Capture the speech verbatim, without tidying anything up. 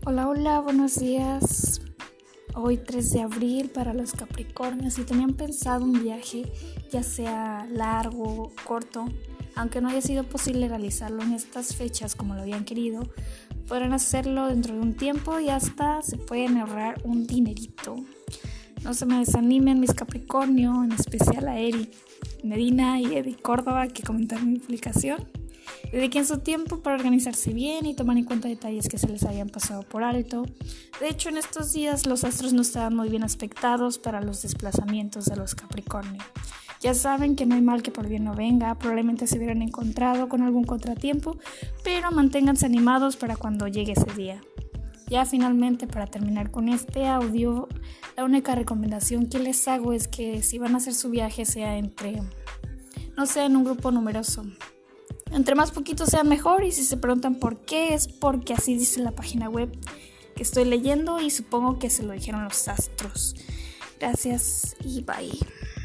Hola, hola, buenos días. Hoy tres de abril para los Capricornios. Si tenían pensado un viaje, ya sea largo o corto, aunque no haya sido posible realizarlo en estas fechas como lo habían querido, podrán hacerlo dentro de un tiempo y hasta se pueden ahorrar un dinerito. No se me desanimen mis Capricornio, en especial a Eri Medina y Eddie Córdoba, que comentaron mi publicación. Dediquen su tiempo para organizarse bien y tomar en cuenta detalles que se les habían pasado por alto. De hecho, en estos días los astros no estaban muy bien aspectados para los desplazamientos de los Capricornio. Ya saben que no hay mal que por bien no venga, probablemente se hubieran encontrado con algún contratiempo, pero manténganse animados para cuando llegue ese día. Ya finalmente, para terminar con este audio, la única recomendación que les hago es que si van a hacer su viaje sea entre, no sea en un grupo numeroso. Entre más poquito sea mejor, y si se preguntan por qué, es porque así dice la página web que estoy leyendo y supongo que se lo dijeron los astros. Gracias y bye.